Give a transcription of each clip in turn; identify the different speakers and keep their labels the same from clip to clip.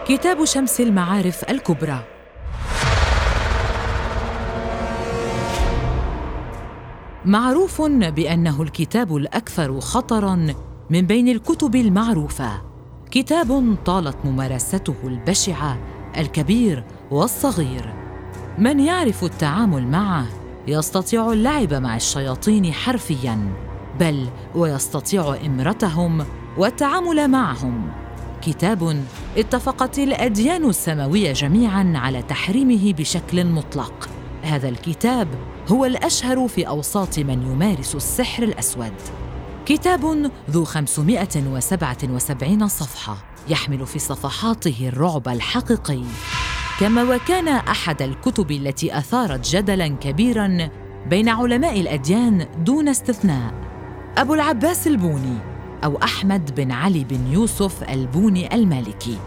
Speaker 1: كتاب شمس المعارف الكبرى. معروف بأنه الكتاب الأكثر خطراً من بين الكتب المعروفة، كتاب طالت ممارسته البشعة الكبير والصغير. من يعرف التعامل معه يستطيع اللعب مع الشياطين حرفياً، بل ويستطيع إمرتهم والتعامل معهم. كتاب اتفقت الأديان السماوية جميعاً على تحريمه بشكل مطلق. هذا الكتاب هو الأشهر في أوساط من يمارس السحر الأسود. كتاب ذو 577 صفحة، يحمل في صفحاته الرعب الحقيقي، كما وكان أحد الكتب التي أثارت جدلاً كبيراً بين علماء الأديان دون استثناء. أبو العباس البوني أو أحمد بن علي بن يوسف البوني المالكي.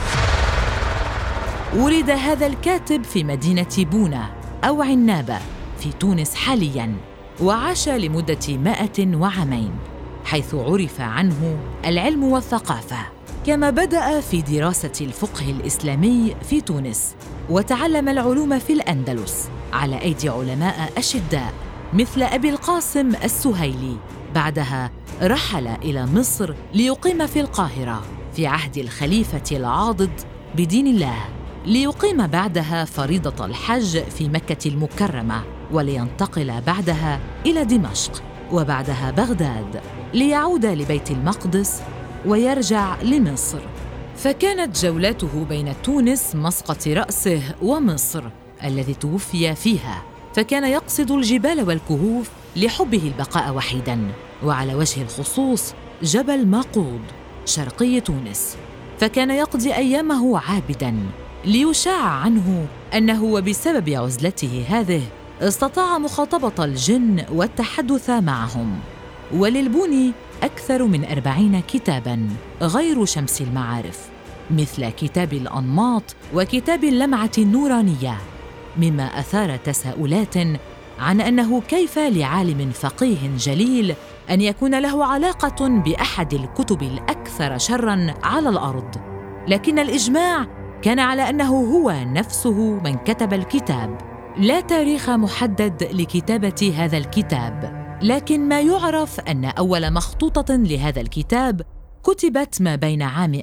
Speaker 1: ولد هذا الكاتب في مدينة بونة أو عنابة في تونس حالياً، وعاش لمدة 100 عامين، حيث عرف عنه العلم والثقافة. كما بدأ في دراسة الفقه الإسلامي في تونس، وتعلم العلوم في الأندلس على أيدي علماء أشداء مثل أبي القاسم السهيلي. بعدها رحل إلى مصر ليقيم في القاهرة في عهد الخليفة العاضد بدين الله، ليقيم بعدها فريضة الحج في مكة المكرمة، ولينتقل بعدها إلى دمشق وبعدها بغداد، ليعود لبيت المقدس ويرجع لمصر. فكانت جولاته بين تونس مسقط رأسه ومصر الذي توفي فيها، فكان يقصد الجبال والكهوف لحبه البقاء وحيداً، وعلى وجه الخصوص جبل ماقود شرقي تونس، فكان يقضي أيامه عابداً. ليشاع عنه أنه وبسبب عزلته هذه استطاع مخاطبة الجن والتحدث معهم. وللبوني أكثر من 40 كتاباً غير شمس المعارف، مثل كتاب الأنماط وكتاب اللمعة النورانية، مما أثار تساؤلات عن أنه كيف لعالم فقيه جليل أن يكون له علاقة بأحد الكتب الأكثر شراً على الأرض. لكن الإجماع كان على أنه هو نفسه من كتب الكتاب. لا تاريخ محدد لكتابة هذا الكتاب، لكن ما يعرف أن أول مخطوطة لهذا الكتاب كتبت ما بين عام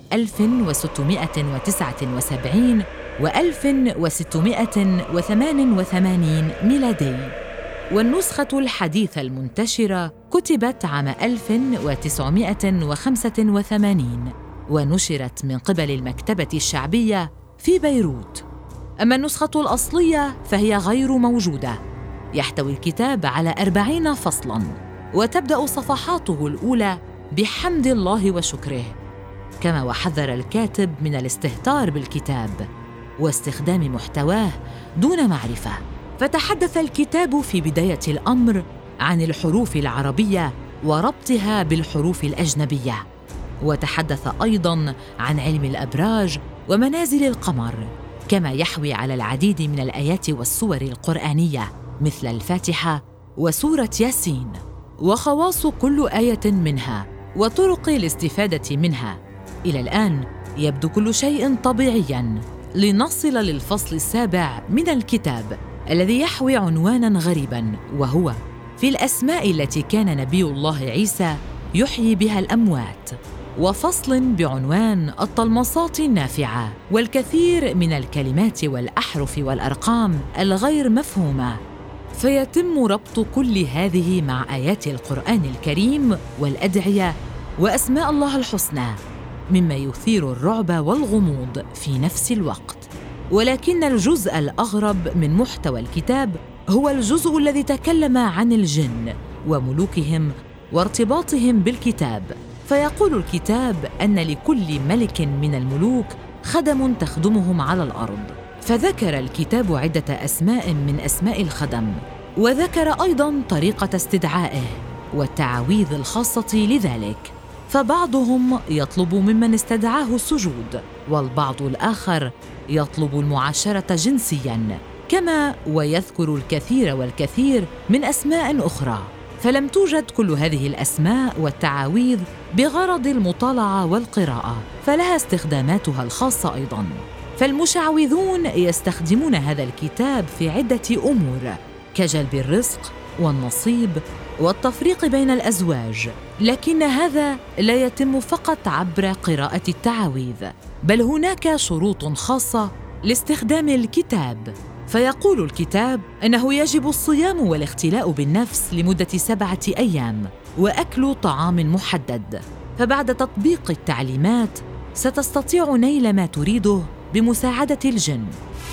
Speaker 1: 1679 و 1688 ميلادي، والنسخة الحديثة المنتشرة كتبت عام 1985 ونشرت من قبل المكتبة الشعبية في بيروت. أما النسخة الأصلية فهي غير موجودة. يحتوي الكتاب على 40 فصلاً، وتبدأ صفحاته الأولى بحمد الله وشكره. كما وحذر الكاتب من الاستهتار بالكتاب واستخدام محتواه دون معرفة. فتحدث الكتاب في بداية الأمر عن الحروف العربية وربطها بالحروف الأجنبية، وتحدث أيضاً عن علم الأبراج ومنازل القمر، كما يحوي على العديد من الآيات والسور القرآنية مثل الفاتحة وسورة ياسين، وخواص كل آية منها وطرق الاستفادة منها. إلى الآن يبدو كل شيء طبيعياً، لنصل للفصل السابع من الكتاب الذي يحوي عنواناً غريباً، وهو في الأسماء التي كان نبي الله عيسى يحيي بها الأموات، وفصل بعنوان الطلمسات النافعة والكثير من الكلمات والأحرف والأرقام الغير مفهومة. فيتم ربط كل هذه مع آيات القرآن الكريم والأدعية وأسماء الله الحسنى، مما يثير الرعب والغموض في نفس الوقت. ولكن الجزء الأغرب من محتوى الكتاب هو الجزء الذي تكلم عن الجن وملوكهم وارتباطهم بالكتاب. فيقول الكتاب أن لكل ملك من الملوك خدم تخدمهم على الأرض، فذكر الكتاب عدة أسماء من أسماء الخدم، وذكر أيضاً طريقة استدعائه والتعاويذ الخاصة لذلك. فبعضهم يطلب ممن استدعاه السجود، والبعض الآخر يطلب المعاشرة جنسياً، كما ويذكر الكثير والكثير من أسماء أخرى. فلم توجد كل هذه الأسماء والتعاويذ بغرض المطالعة والقراءة، فلها استخداماتها الخاصة أيضاً. فالمشعوذون يستخدمون هذا الكتاب في عدة أمور كجلب الرزق والنصيب والتفريق بين الأزواج، لكن هذا لا يتم فقط عبر قراءة التعاويذ، بل هناك شروط خاصة لاستخدام الكتاب. فيقول الكتاب أنه يجب الصيام والاختلاء بالنفس لمدة 7 أيام وأكل طعام محدد، فبعد تطبيق التعليمات ستستطيع نيل ما تريده بمساعدة الجن.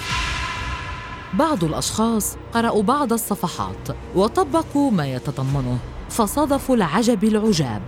Speaker 1: بعض الأشخاص قرأوا بعض الصفحات وطبقوا ما يتضمنه فصادفوا العجب العجاب.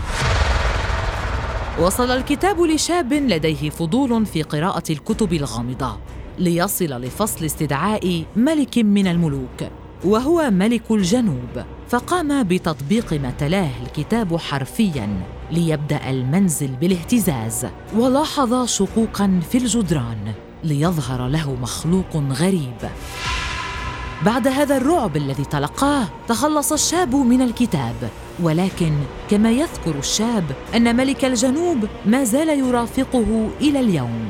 Speaker 1: وصل الكتاب لشاب لديه فضول في قراءة الكتب الغامضة ليصل لفصل استدعاء ملك من الملوك وهو ملك الجنوب، فقام بتطبيق ما تلاه الكتاب حرفياً ليبدأ المنزل بالاهتزاز، ولاحظ شقوقاً في الجدران ليظهر له مخلوق غريب. بعد هذا الرعب الذي تلقاه تخلص الشاب من الكتاب، ولكن كما يذكر الشاب أن ملك الجنوب ما زال يرافقه إلى اليوم.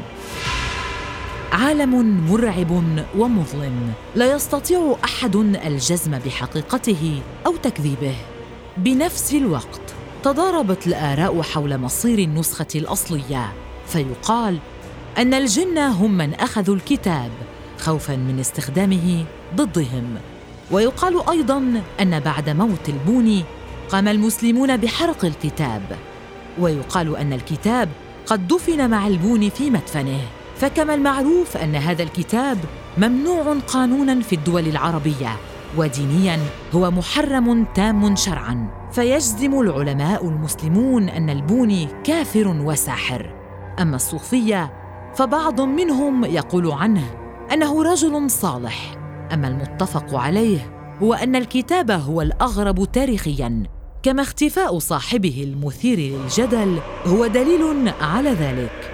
Speaker 1: عالم مرعب ومظلم لا يستطيع أحد الجزم بحقيقته أو تكذيبه. بنفس الوقت تضاربت الآراء حول مصير النسخة الأصلية، فيقال أن الجن هم من أخذوا الكتاب خوفاً من استخدامه ضدهم، ويقال أيضاً أن بعد موت البوني قام المسلمون بحرق الكتاب، ويقال أن الكتاب قد دفن مع البوني في مدفنه. فكما المعروف أن هذا الكتاب ممنوع قانوناً في الدول العربية، ودينياً هو محرم تام شرعاً، فيجزم العلماء المسلمون أن البوني كافر وساحر. أما الصوفية فبعض منهم يقول عنه أنه رجل صالح. أما المتفق عليه هو أن الكتاب هو الأغرب تاريخياً، كما اختفاء صاحبه المثير للجدل هو دليل على ذلك.